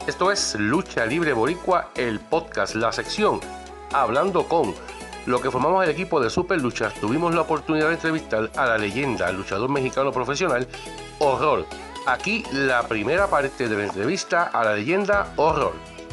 Esto es Lucha Libre Boricua, el podcast, la sección Hablando con. Lo que formamos el equipo de Super Luchas, tuvimos la oportunidad de entrevistar a la leyenda, luchador mexicano profesional, Horror. Aquí la primera parte de la entrevista a la leyenda Horror.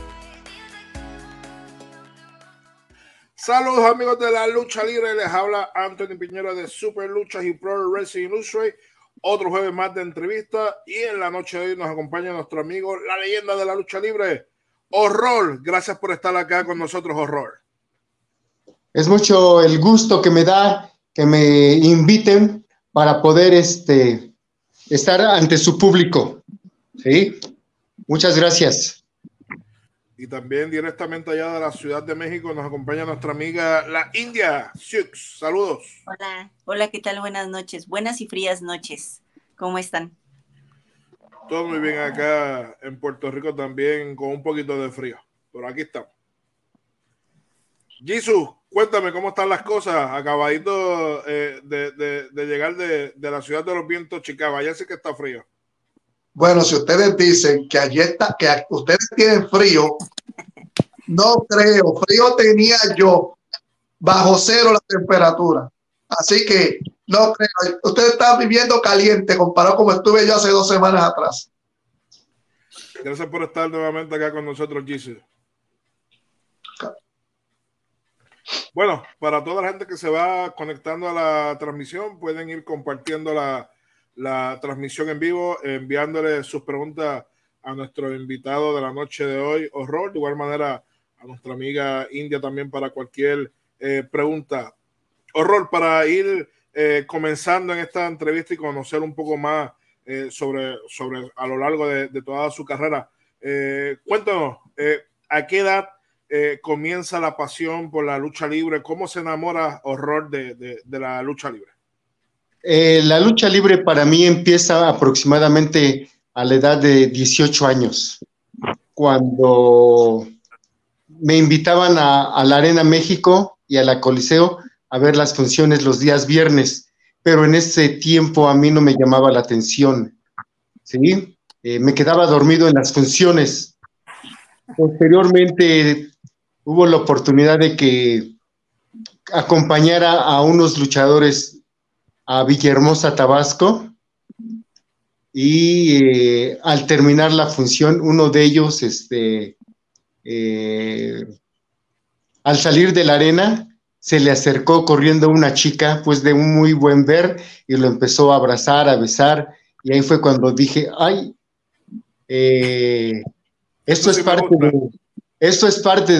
Saludos amigos de la lucha libre, les habla Anthony Piñero de Super Luchas y Pro Wrestling Illustrated. Otro jueves más de entrevista y en la noche de hoy nos acompaña nuestro amigo, la leyenda de la lucha libre, Horror. Gracias por estar acá con nosotros, Horror. Es mucho el gusto que me da que me inviten para poder estar ante su público. ¿Sí? Muchas gracias. Y también directamente allá de la Ciudad de México nos acompaña nuestra amiga, la India Sioux. Saludos. Hola, ¿qué tal? Buenas noches, buenas y frías noches. ¿Cómo están? Todo muy bien acá en Puerto Rico también, con un poquito de frío. Pero aquí estamos. Jesús, cuéntame cómo están las cosas. Acabadito de llegar de la ciudad de los vientos, Chicago. Allá sí que está frío. Bueno, si ustedes dicen que allí está, que ustedes tienen frío, no creo. Frío tenía yo, bajo cero la temperatura. Así que no creo. Ustedes están viviendo caliente comparado como estuve yo hace 2 semanas atrás. Gracias por estar nuevamente acá con nosotros, Jesús. Bueno, para toda la gente que se va conectando a la transmisión, pueden ir compartiendo la transmisión en vivo, enviándole sus preguntas a nuestro invitado de la noche de hoy, Horror. De igual manera a nuestra amiga India también para cualquier pregunta. Horror, para ir comenzando en esta entrevista y conocer un poco más sobre a lo largo de toda su carrera. Cuéntanos, ¿a qué edad comienza la pasión por la lucha libre? ¿Cómo se enamora Horror de la lucha libre? La lucha libre para mí empieza aproximadamente a la edad de 18 años, cuando me invitaban a la Arena México y a la Coliseo a ver las funciones los días viernes, pero en ese tiempo a mí no me llamaba la atención, ¿sí? Me quedaba dormido en las funciones. Posteriormente hubo la oportunidad de que acompañara a unos luchadores a Villahermosa, Tabasco, y al terminar la función, uno de ellos, al salir de la arena, se le acercó corriendo una chica, pues de un muy buen ver, y lo empezó a abrazar, a besar, y ahí fue cuando dije, ay, esto es parte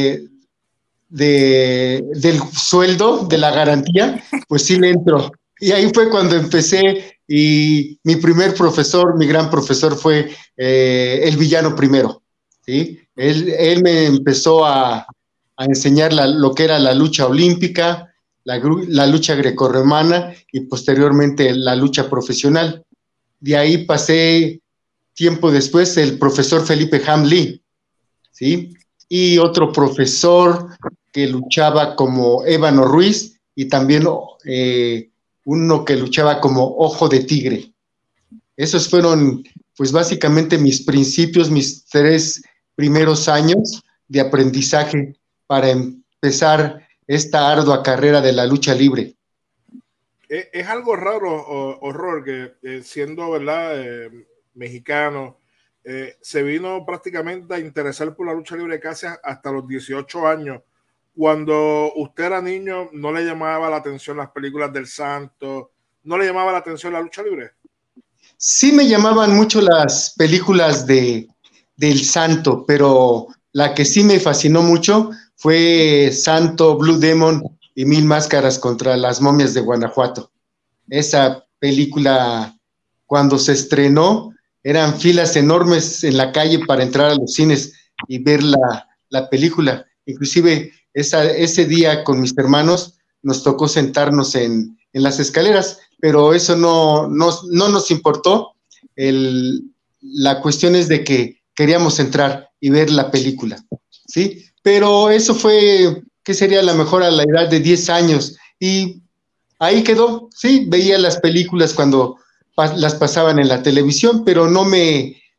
del sueldo, de la garantía, pues sí le entro. Y ahí fue cuando empecé, y mi primer profesor, mi gran profesor fue el Villano Primero, ¿sí? Él me empezó a enseñar lo que era la lucha olímpica, la lucha grecorromana y posteriormente la lucha profesional. De ahí pasé tiempo después el profesor Felipe Hamley, ¿sí? Y otro profesor que luchaba como Ébano Ruiz y también uno que luchaba como Ojo de Tigre. Esos fueron, pues básicamente mis principios, mis 3 primeros años de aprendizaje para empezar esta ardua carrera de la lucha libre. Es algo raro, Horror, que siendo, ¿verdad?, mexicano, se vino prácticamente a interesar por la lucha libre casi hasta los 18 años. Cuando usted era niño, ¿no le llamaba la atención las películas del Santo? ¿No le llamaba la atención la lucha libre? Sí me llamaban mucho las películas del Santo, pero la que sí me fascinó mucho fue Santo, Blue Demon y 1000 máscaras contra las momias de Guanajuato. Esa película, cuando se estrenó, eran filas enormes en la calle para entrar a los cines y ver la película. Inclusive ese día con mis hermanos nos tocó sentarnos en las escaleras, pero eso no nos importó. La cuestión es de que queríamos entrar y ver la película, ¿sí? Pero eso fue, ¿qué sería? A lo mejor a la edad de 10 años, y ahí quedó, sí, veía las películas cuando las pasaban en la televisión, pero no me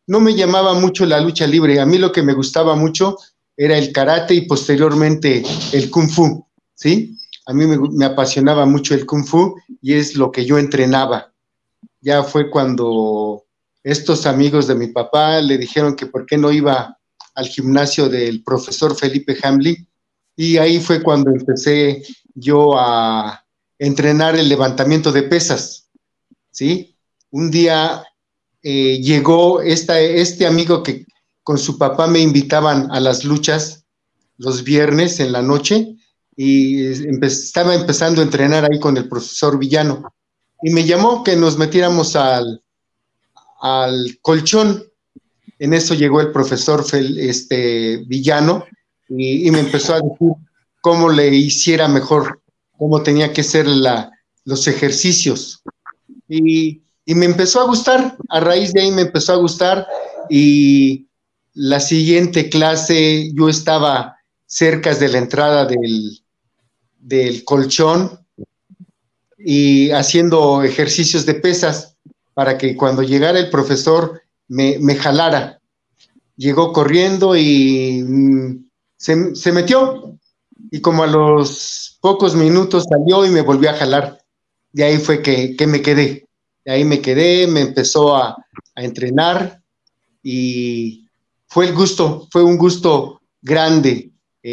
no me llamaba mucho la lucha libre. A mí lo que me gustaba mucho era el karate y posteriormente el kung fu, ¿sí? A mí me apasionaba mucho el kung fu y es lo que yo entrenaba. Ya fue cuando estos amigos de mi papá le dijeron que por qué no iba al gimnasio del profesor Felipe Hamli, y ahí fue cuando empecé yo a entrenar el levantamiento de pesas, ¿sí? Un día llegó este amigo que con su papá me invitaban a las luchas los viernes en la noche, y estaba empezando a entrenar ahí con el profesor Villano, y me llamó que nos metiéramos al colchón. En eso llegó el profesor Villano y me empezó a decir cómo le hiciera mejor, cómo tenía que ser los ejercicios. Y me empezó a gustar, a raíz de ahí me empezó a gustar, y la siguiente clase yo estaba cerca de la entrada del colchón y haciendo ejercicios de pesas para que cuando llegara el profesor me jalara. Llegó corriendo y se metió, y como a los pocos minutos salió y me volvió a jalar. De ahí fue que me quedé. De ahí me quedé, me empezó a entrenar, y fue un gusto grande.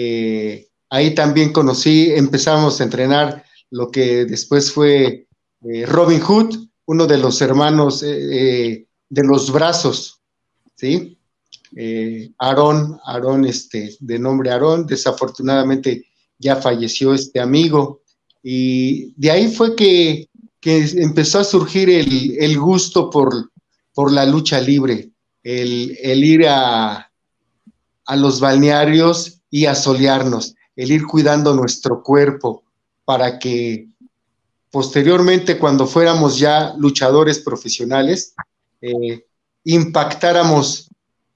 Ahí también empezamos a entrenar lo que después fue Robin Hood, uno de los hermanos de los brazos, ¿sí? Aarón, de nombre Aarón, desafortunadamente ya falleció este amigo, y de ahí fue que empezó a surgir el gusto por la lucha libre, el ir a los balnearios y a solearnos, el ir cuidando nuestro cuerpo para que posteriormente, cuando fuéramos ya luchadores profesionales, impactáramos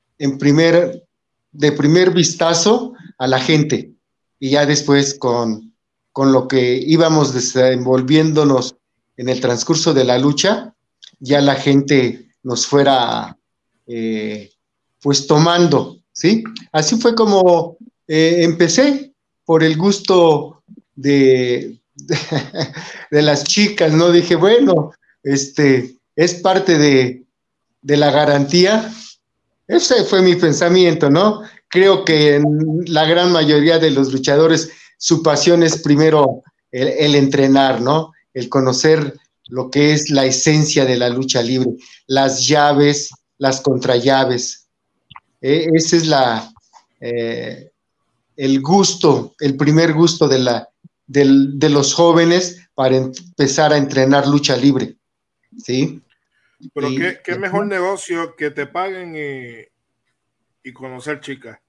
de primer vistazo a la gente, y ya después con lo que íbamos desenvolviéndonos en el transcurso de la lucha, ya la gente nos fuera pues tomando, ¿sí? Así fue como empecé, por el gusto de las chicas, ¿no? Dije, bueno, es parte de la garantía. Ese fue mi pensamiento, ¿no? Creo que en la gran mayoría de los luchadores su pasión es primero el entrenar, ¿no? El conocer lo que es la esencia de la lucha libre, las llaves, las contrallaves. Ese es el gusto, el primer gusto de los jóvenes para empezar a entrenar lucha libre, ¿sí? Pero qué mejor negocio que te paguen y conocer chicas.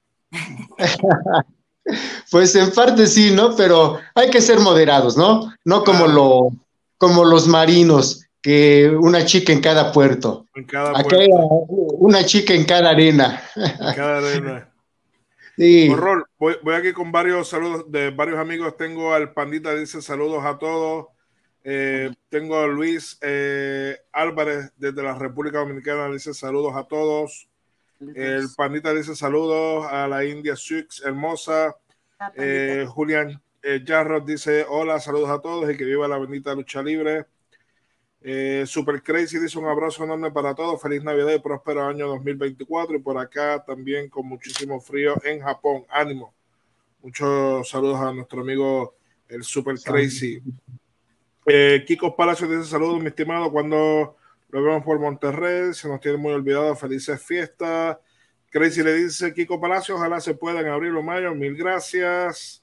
Pues en parte sí, ¿no? Pero hay que ser moderados, ¿no? No Claro. como los marinos, que una chica en cada puerto. En cada Acá puerto. una chica en cada arena. En cada arena. Sí. Horror. Voy aquí con varios saludos de varios amigos. Tengo al Pandita, dice saludos a todos. Tengo a Luis Álvarez desde la República Dominicana, dice saludos a todos. El Pandita dice saludos a la India Sux hermosa. Julián Jarros dice hola, saludos a todos y que viva la bendita lucha libre. Super Crazy dice un abrazo enorme para todos, feliz Navidad y próspero año 2024, y por acá también con muchísimo frío en Japón, ánimo. Muchos saludos a nuestro amigo el Super Crazy. Kiko Palacios dice saludos, mi estimado, cuando lo vemos por Monterrey, se nos tiene muy olvidado, felices fiestas. Crazy le dice Kiko Palacios, ojalá se pueda en abril o mayo, mil gracias.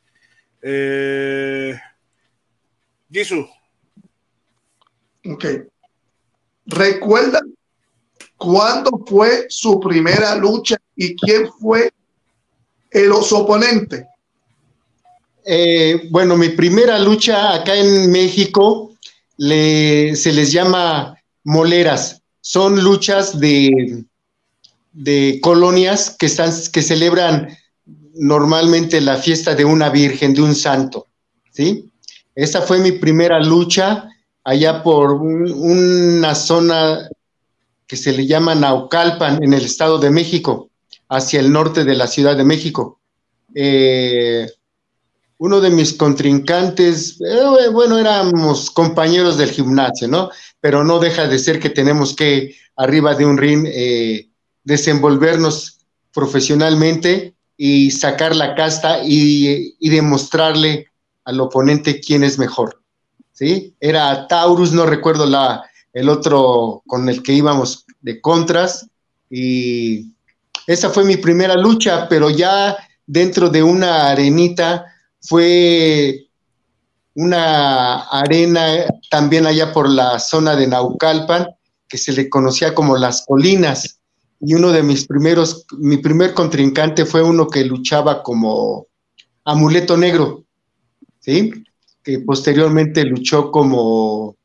Jesús. Ok. ¿Recuerda cuándo fue su primera lucha y quién fue su oponente? Bueno, mi primera lucha acá en México se les llama moleras. Son luchas de colonias que celebran normalmente la fiesta de una virgen, de un santo, ¿sí? Esa fue mi primera lucha allá por una zona que se le llama Naucalpan, en el Estado de México, hacia el norte de la Ciudad de México. Uno de mis contrincantes, bueno, éramos compañeros del gimnasio, ¿no? Pero no deja de ser que tenemos que, arriba de un ring, desenvolvernos profesionalmente y sacar la casta y demostrarle al oponente quién es mejor, ¿sí? Era Taurus, no recuerdo el otro con el que íbamos de contras, y esa fue mi primera lucha, pero ya dentro de una arenita. Fue una arena también allá por la zona de Naucalpan, que se le conocía como Las Colinas, y mi primer contrincante fue uno que luchaba como Amuleto Negro, ¿sí? Que posteriormente luchó con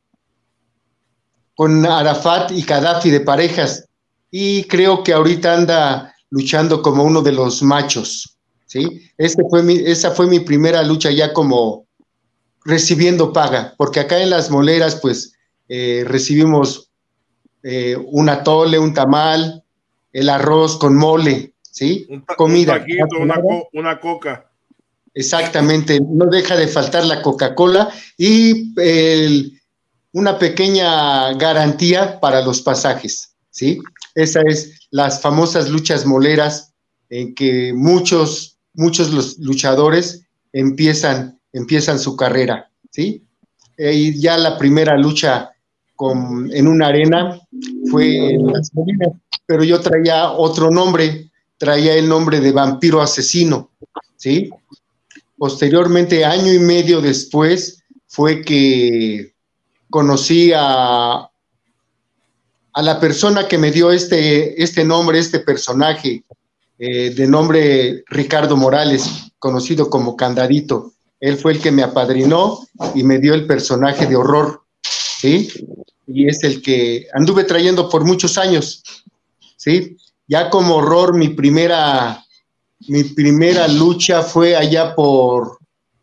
Arafat y Gaddafi de parejas, y creo que ahorita anda luchando como uno de los machos, ¿sí? Esa fue mi primera lucha ya como recibiendo paga, porque acá en Las Moleras pues recibimos un atole, un tamal, el arroz con mole, ¿sí? Comida. Un taquito, una coca. Exactamente, no deja de faltar la Coca-Cola y una pequeña garantía para los pasajes, ¿sí? Esas es las famosas luchas moleras en que muchos los luchadores empiezan su carrera, ¿sí? Y ya la primera lucha en una arena fue en Las Colinas, pero yo traía otro nombre, traía el nombre de Vampiro Asesino, ¿sí? Posteriormente, año y medio después, fue que conocí a la persona que me dio este nombre, este personaje, de nombre Ricardo Morales, conocido como Candadito. Él fue el que me apadrinó y me dio el personaje de Horror, ¿sí? Y es el que anduve trayendo por muchos años, ¿sí? Ya como Horror, mi primera lucha fue allá por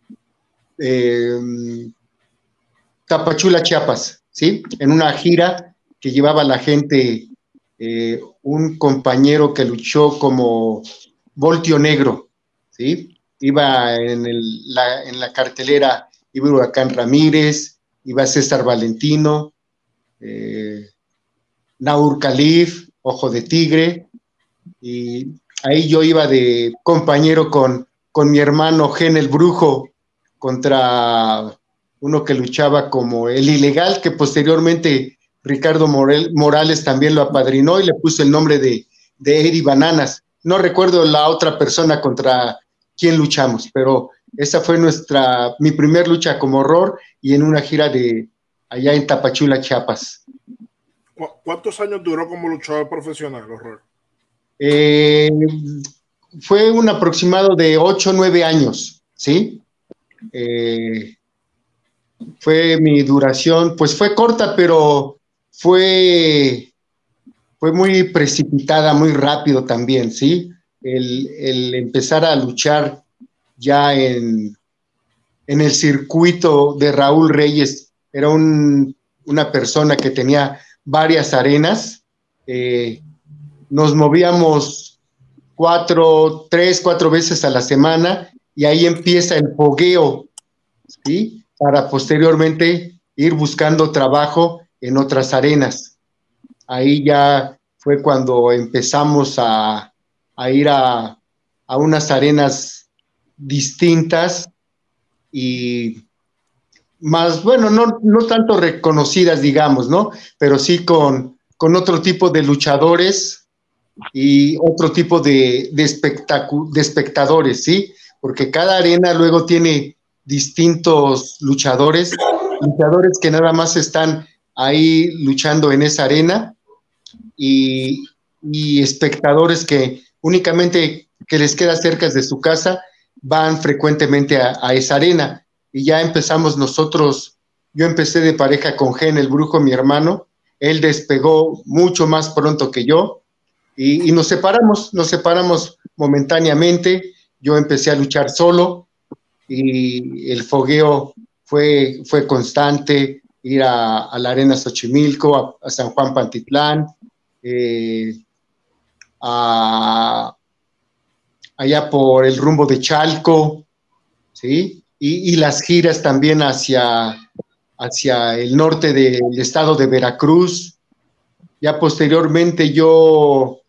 Tapachula, Chiapas, ¿sí? En una gira que llevaba la gente, un compañero que luchó como Voltio Negro, ¿sí? Iba en la cartelera, iba Huracán Ramírez, iba César Valentino, Naur Khalif, Ojo de Tigre, y ahí yo iba de compañero con mi hermano Gen el Brujo contra uno que luchaba como el Ilegal, que posteriormente Ricardo Morales también lo apadrinó y le puso el nombre de Eddie Bananas. No recuerdo la otra persona contra quien luchamos, pero esa fue mi primer lucha como Horror y en una gira de allá en Tapachula, Chiapas. ¿Cuántos años duró como luchador profesional, Horror? Fue un aproximado de 8 o 9 años, ¿sí? Fue mi duración, pues fue corta, pero fue muy precipitada, muy rápido también, ¿sí? El empezar a luchar ya en el circuito de Raúl Reyes, era una persona que tenía varias arenas, nos movíamos 4 veces a la semana y ahí empieza el fogueo, ¿sí? Para posteriormente ir buscando trabajo en otras arenas. Ahí ya fue cuando empezamos a ir a unas arenas distintas y más, bueno, no tanto reconocidas, digamos, ¿no? Pero sí con otro tipo de luchadores y otro tipo de espectadores, ¿sí? Porque cada arena luego tiene distintos luchadores que nada más están ahí luchando en esa arena y espectadores que únicamente que les queda cerca de su casa van frecuentemente a esa arena. Y ya empezamos nosotros, yo empecé de pareja con Gen el Brujo, mi hermano, él despegó mucho más pronto que yo y nos separamos momentáneamente. Yo empecé a luchar solo y el fogueo fue constante, ir a la Arena Xochimilco, a San Juan Pantitlán, allá por el rumbo de Chalco, ¿sí? Y las giras también hacia el norte del estado de Veracruz. Ya posteriormente yo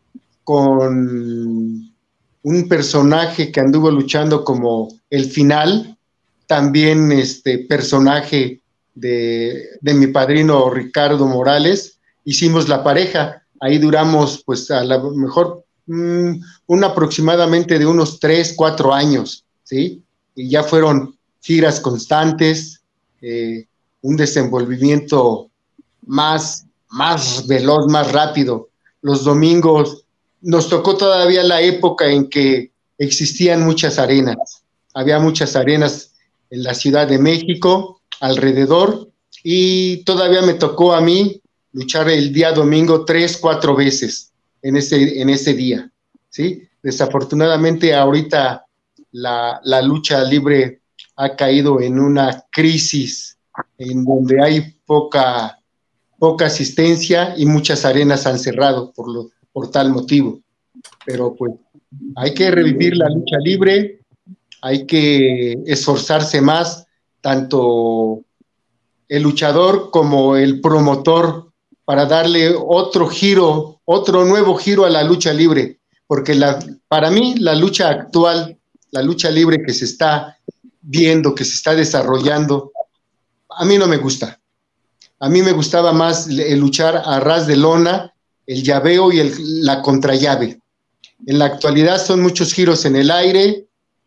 con un personaje que anduvo luchando como el final, también personaje de mi padrino Ricardo Morales, hicimos la pareja. Ahí duramos, pues a lo mejor aproximadamente de unos 3, 4 años, ¿sí? Y ya fueron giras constantes, un desenvolvimiento más veloz, más rápido. Los domingos nos tocó todavía la época en que existían muchas arenas. Había muchas arenas en la Ciudad de México, alrededor, y todavía me tocó a mí luchar el día domingo 3, 4 veces en ese día, ¿sí? Desafortunadamente ahorita la lucha libre ha caído en una crisis en donde hay poca asistencia y muchas arenas han cerrado por tal motivo. Pero pues hay que revivir la lucha libre, hay que esforzarse más, tanto el luchador como el promotor, para darle otro nuevo giro a la lucha libre, porque para mí la lucha actual, la lucha libre que se está viendo, que se está desarrollando, a mí no me gusta. A mí me gustaba más el luchar a ras de lona, el llaveo y la contrallave. En la actualidad son muchos giros en el aire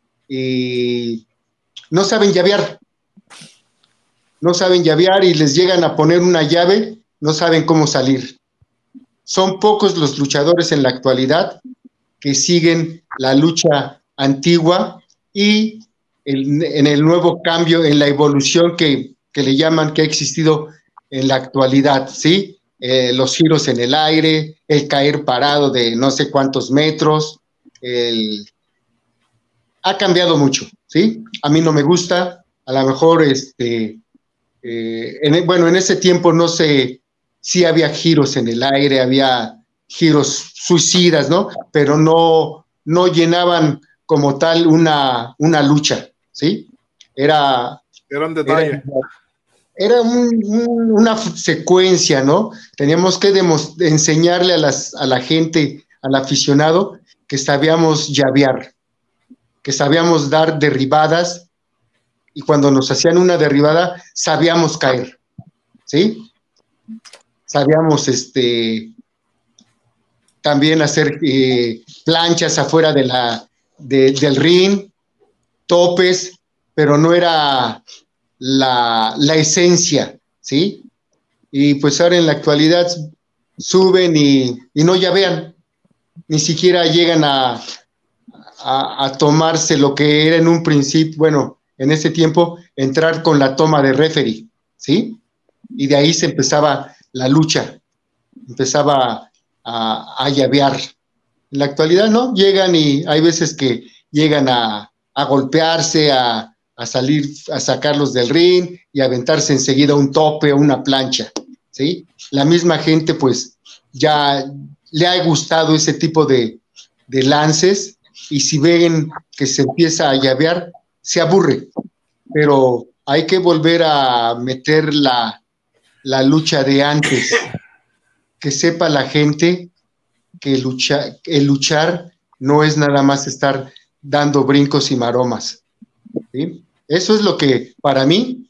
y no saben llavear. No saben llavear y les llegan a poner una llave, no saben cómo salir. Son pocos los luchadores en la actualidad que siguen la lucha antigua y en el nuevo cambio, en la evolución que le llaman, que ha existido en la actualidad, ¿sí? Los giros en el aire, el caer parado de no sé cuántos metros, ha cambiado mucho, ¿sí? A mí no me gusta, a lo mejor, en ese tiempo no sé si había giros en el aire, había giros suicidas, ¿no? Pero no llenaban como tal una lucha, ¿sí? Eran detalles. Era una secuencia, ¿no? Teníamos que enseñarle a la gente, al aficionado, que sabíamos llavear, que sabíamos dar derribadas, y cuando nos hacían una derribada, sabíamos caer, ¿sí? Sabíamos también hacer planchas afuera del ring, topes, pero no era la esencia, ¿sí? Y pues ahora en la actualidad suben y no llavean, ni siquiera llegan a tomarse lo que era en un principio, bueno, en ese tiempo, entrar con la toma de referee, ¿sí? Y de ahí se empezaba la lucha, empezaba a llavear. En la actualidad no, llegan y hay veces que llegan a golpearse, a salir, a sacarlos del ring y aventarse enseguida un tope o una plancha, ¿sí? La misma gente pues ya le ha gustado ese tipo de lances, y si ven que se empieza a llavear, se aburre, pero hay que volver a meter la lucha de antes, que sepa la gente que el luchar no es nada más estar dando brincos y maromas, ¿sí? Eso es lo que para mí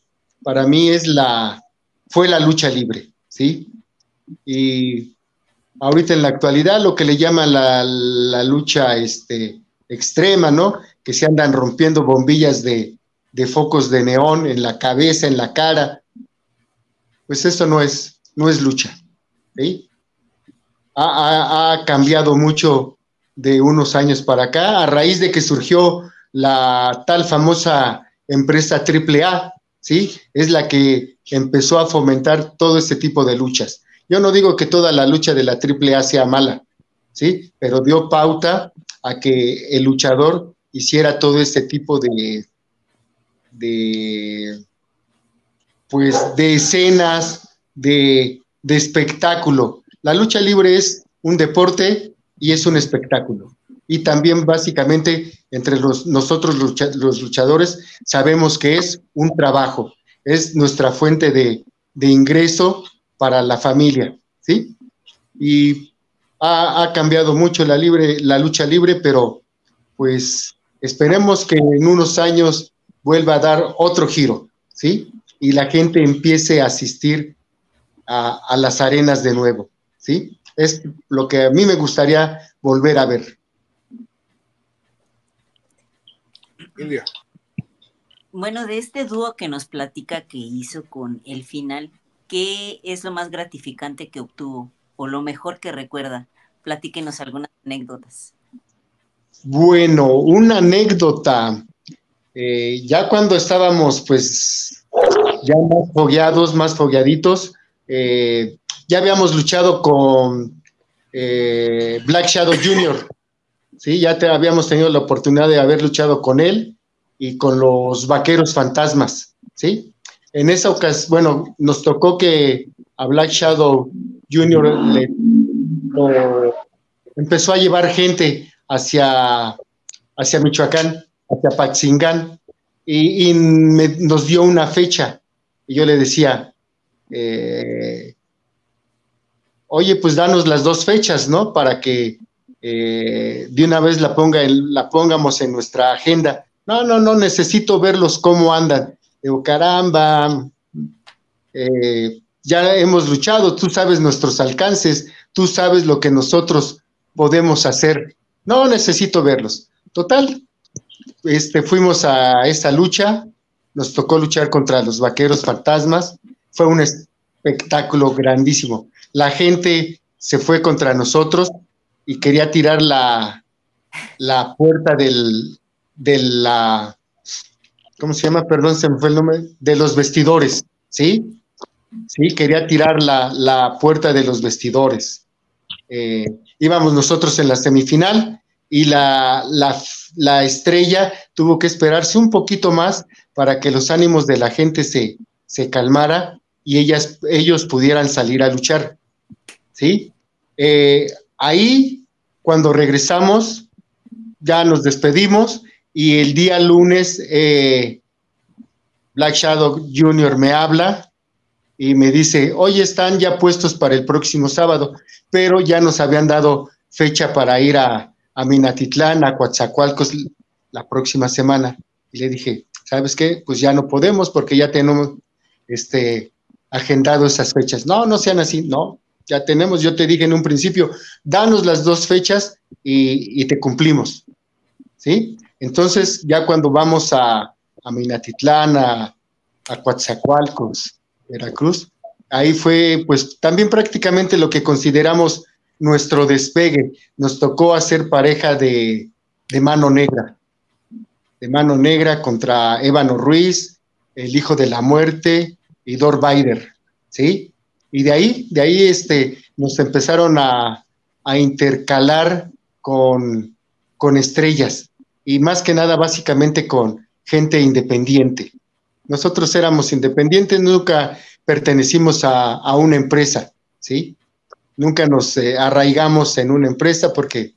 fue la lucha libre, ¿sí? Y ahorita en la actualidad lo que le llaman la lucha extrema, ¿no? Que se andan rompiendo bombillas de focos de neón en la cabeza, en la cara. Pues eso no es lucha, ¿sí? Ha cambiado mucho de unos años para acá, a raíz de que surgió la tal famosa empresa AAA, ¿sí? Es la que empezó a fomentar todo este tipo de luchas. Yo no digo que toda la lucha de la AAA sea mala, ¿sí? Pero dio pauta a que el luchador hiciera todo este tipo de escenas, de espectáculo, La lucha libre es un deporte y es un espectáculo. Y también básicamente entre nosotros los luchadores sabemos que es un trabajo, es nuestra fuente de ingreso para la familia, ¿sí? Y ha cambiado mucho la lucha libre, pero pues esperemos que en unos años vuelva a dar otro giro, ¿sí? Y la gente empiece a asistir a las arenas de nuevo, ¿sí? Es lo que a mí me gustaría volver a ver. India. Bueno, de este dúo que nos platica que hizo con El Final, ¿qué es lo más gratificante que obtuvo o lo mejor que recuerda? Platíquenos algunas anécdotas. Bueno, una anécdota. Ya cuando estábamos, pues, ya más fogueaditos, ya habíamos luchado con Black Shadow Jr., ¿sí? Ya habíamos tenido la oportunidad de haber luchado con él y con los Vaqueros Fantasmas, ¿sí? En esa ocasión, bueno, nos tocó que a Black Shadow Jr. empezó a llevar gente hacia Michoacán, hacia Patzingán, y nos dio una fecha, y yo le decía, oye, pues danos las 2 fechas, ¿no? Para que de una vez la pongamos en nuestra agenda. No, necesito verlos cómo andan. Digo, caramba, ya hemos luchado, tú sabes nuestros alcances, tú sabes lo que nosotros podemos hacer. No, necesito verlos. Total, fuimos a esa lucha, nos tocó luchar contra los Vaqueros Fantasmas, fue un espectáculo grandísimo. La gente se fue contra nosotros y quería tirar la puerta de la, ¿cómo se llama? Perdón, se me fue el nombre, de los vestidores, ¿sí? Sí, quería tirar la puerta de los vestidores. Íbamos nosotros en la semifinal y la estrella tuvo que esperarse un poquito más para que los ánimos de la gente se calmara y ellos pudieran salir a luchar, ¿sí? Ahí, cuando regresamos, ya nos despedimos y el día lunes Black Shadow Jr. me habla y me dice, oye, están ya puestos para el próximo sábado, pero ya nos habían dado fecha para ir a Minatitlán, a Coatzacoalcos la próxima semana. Y le dije, ¿sabes qué? Pues ya no podemos porque ya tenemos agendado esas fechas. No sean así, no, ya tenemos, yo te dije en un principio, danos las 2 fechas y te cumplimos, ¿sí? Entonces, ya cuando vamos a Minatitlán, a Coatzacoalcos, Veracruz, ahí fue pues también prácticamente lo que consideramos nuestro despegue. Nos tocó hacer pareja de mano negra contra Ébano Ruiz, el Hijo de la Muerte y Darth Vader, ¿sí? Y de ahí nos empezaron a intercalar con estrellas y más que nada básicamente con gente independiente. Nosotros éramos independientes, nunca pertenecimos a una empresa, ¿sí? Nunca nos arraigamos en una empresa porque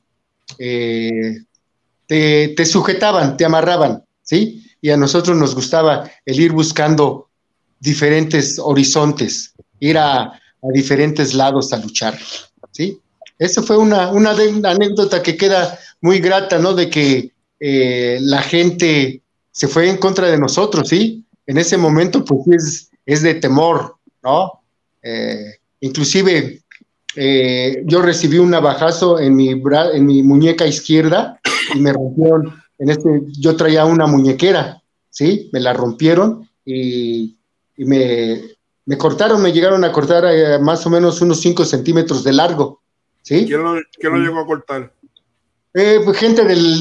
te sujetaban, te amarraban, ¿sí? Y a nosotros nos gustaba el ir buscando diferentes horizontes, ir a diferentes lados a luchar, ¿sí? Esa fue una anécdota que queda muy grata, ¿no? De que la gente se fue en contra de nosotros, ¿sí? En ese momento, pues, es de temor, ¿no? Inclusive, yo recibí un navajazo en mi muñeca izquierda y me rompieron, yo traía una muñequera, ¿sí? Me la rompieron y me cortaron, me llegaron a cortar más o menos unos 5 centímetros de largo, ¿sí? ¿Quién lo llegó a cortar? Pues gente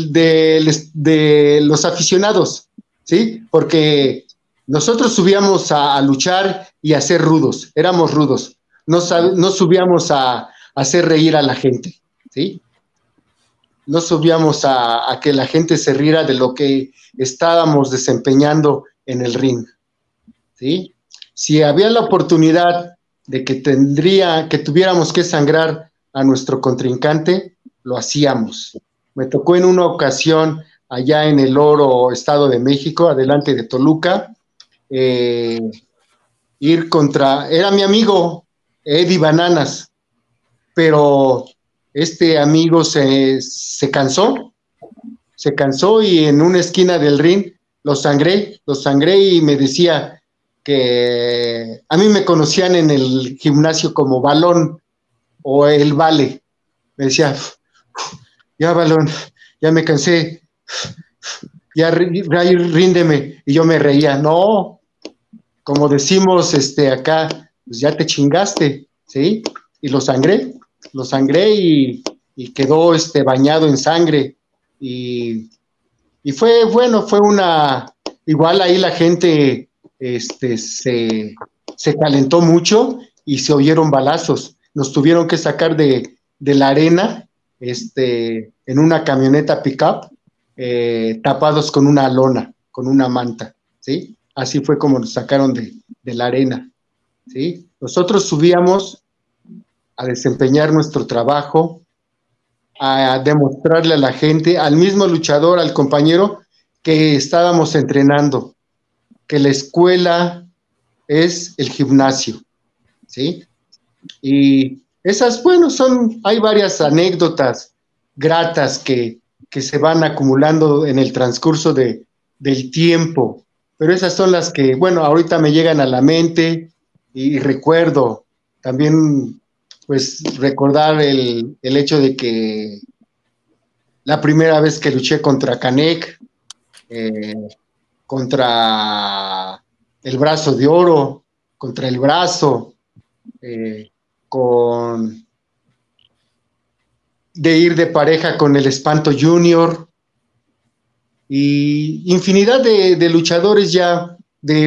de los aficionados, ¿sí? Porque nosotros subíamos a luchar y a ser rudos, éramos rudos, no subíamos a hacer reír a la gente, ¿sí? No subíamos a que la gente se riera de lo que estábamos desempeñando en el ring, ¿sí? Si había la oportunidad de que tuviéramos que sangrar a nuestro contrincante, lo hacíamos. Me tocó en una ocasión allá en el Oro, Estado de México, adelante de Toluca, ir contra, era mi amigo Eddie Bananas, pero este amigo se cansó y en una esquina del ring lo sangré y me decía que a mí me conocían en el gimnasio como Balón o el Vale. Me decía, ya Balón, ya me cansé, ya ríndeme. Y yo me reía, no, como decimos acá, pues ya te chingaste, ¿sí? Y lo sangré y quedó bañado en sangre. Y fue, bueno, igual ahí la gente se calentó mucho y se oyeron balazos. Nos tuvieron que sacar de la arena en una camioneta pick-up, tapados con una lona, con una manta, ¿sí? Así fue como nos sacaron de la arena, ¿sí? Nosotros subíamos a desempeñar nuestro trabajo, a demostrarle a la gente, al mismo luchador, al compañero, que estábamos entrenando, que la escuela es el gimnasio, ¿sí? Y esas, bueno, hay varias anécdotas gratas que se van acumulando en el transcurso del tiempo, pero esas son las que, bueno, ahorita me llegan a la mente y recuerdo también, pues, recordar el hecho de que la primera vez que luché contra Canek, contra el Brazo de Oro, contra el Brazo, de ir de pareja con el Espanto Junior, y infinidad de luchadores ya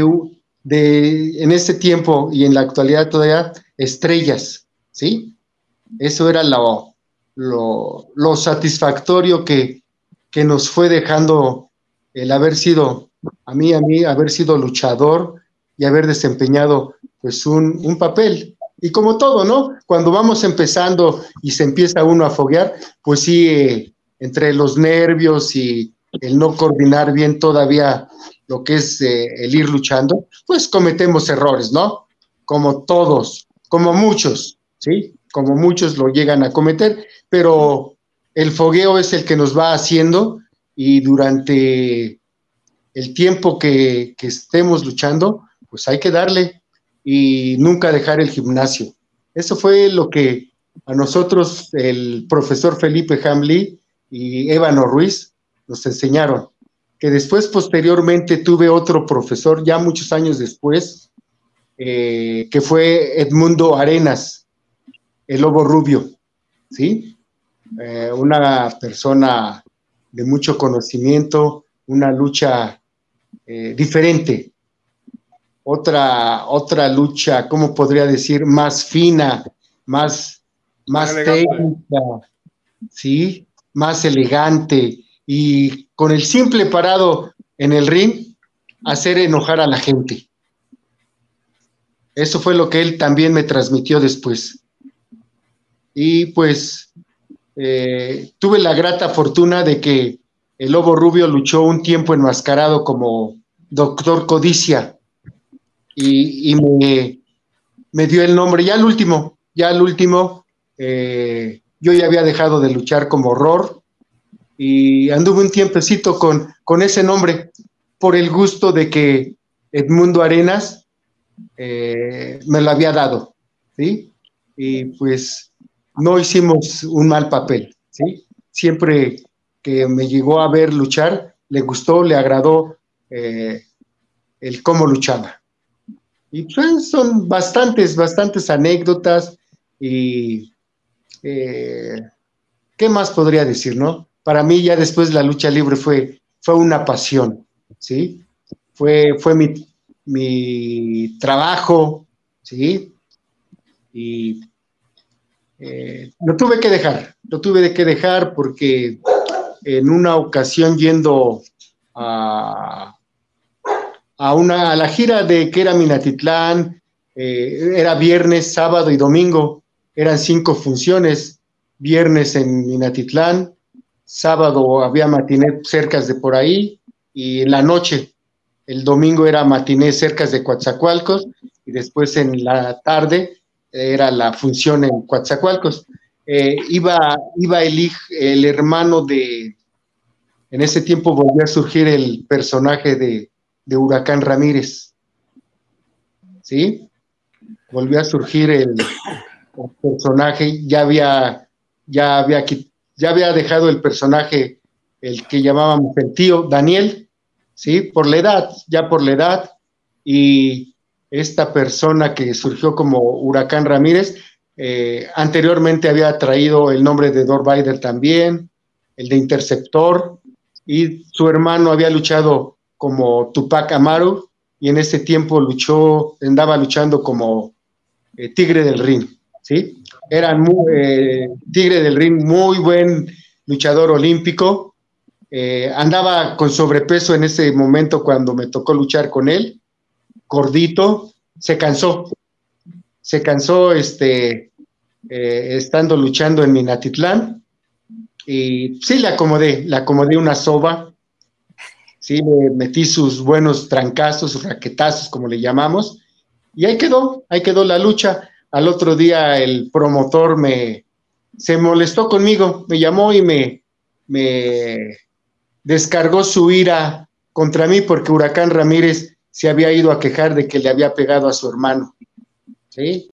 en ese tiempo y en la actualidad todavía estrellas, ¿sí? Eso era lo satisfactorio que nos fue dejando el haber sido, a mí haber sido luchador y haber desempeñado pues un papel. Y como todo, ¿no? Cuando vamos empezando y se empieza uno a foguear, pues sí, entre los nervios y el no coordinar bien todavía lo que es el ir luchando, pues cometemos errores, ¿no? Como todos, como muchos, ¿sí? Como muchos lo llegan a cometer, pero el fogueo es el que nos va haciendo, y durante el tiempo que estemos luchando, pues hay que darle y nunca dejar el gimnasio. Eso fue lo que a nosotros el profesor Felipe Hamley y Ébano Ruiz nos enseñaron, que después posteriormente tuve otro profesor ya muchos años después, que fue Edmundo Arenas, el Lobo Rubio, ¿sí? Una persona de mucho conocimiento, una lucha diferente, otra lucha, ¿cómo podría decir? Más fina, más técnica, ¿sí? Más elegante, y con el simple parado en el ring, hacer enojar a la gente. Eso fue lo que él también me transmitió después. Y pues tuve la grata fortuna de que el Lobo Rubio luchó un tiempo enmascarado como Doctor Codicia, y me dio el nombre. Ya al último, yo ya había dejado de luchar como Horror, y anduve un tiempecito con ese nombre, por el gusto de que Edmundo Arenas me lo había dado, ¿sí? Y pues no hicimos un mal papel, ¿sí? Siempre que me llegó a ver luchar, le gustó, le agradó el cómo luchaba. Y pues son bastantes anécdotas, y ¿qué más podría decir, no? Para mí ya después la lucha libre fue una pasión, ¿sí? Fue mi trabajo, ¿sí? Y lo tuve que dejar porque en una ocasión yendo a la gira de que era Minatitlán, era viernes, sábado y domingo, eran 5 funciones, viernes en Minatitlán, sábado había matiné cerca de por ahí, y en la noche, el domingo era matiné cerca de Coatzacoalcos, y después en la tarde era la función en Coatzacoalcos. Iba el hermano de, en ese tiempo volvió a surgir el personaje de Huracán Ramírez, ¿sí? Volvió a surgir el personaje, ya había dejado el personaje, el que llamábamos el tío Daniel, ¿sí? Por la edad, y esta persona que surgió como Huracán Ramírez, anteriormente había traído el nombre de Darth Vader también, el de Interceptor, y su hermano había luchado como Tupac Amaru, y en ese tiempo andaba luchando como Tigre del Ring, ¿sí? Tigre del Ring, muy buen luchador olímpico, andaba con sobrepeso en ese momento cuando me tocó luchar con él, gordito, se cansó estando luchando en Minatitlán, y sí le acomodé una soba, sí, le metí sus buenos trancazos, sus raquetazos, como le llamamos, y ahí quedó la lucha. Al otro día el promotor se molestó conmigo, me llamó y me descargó su ira contra mí porque Huracán Ramírez se había ido a quejar de que le había pegado a su hermano, ¿sí?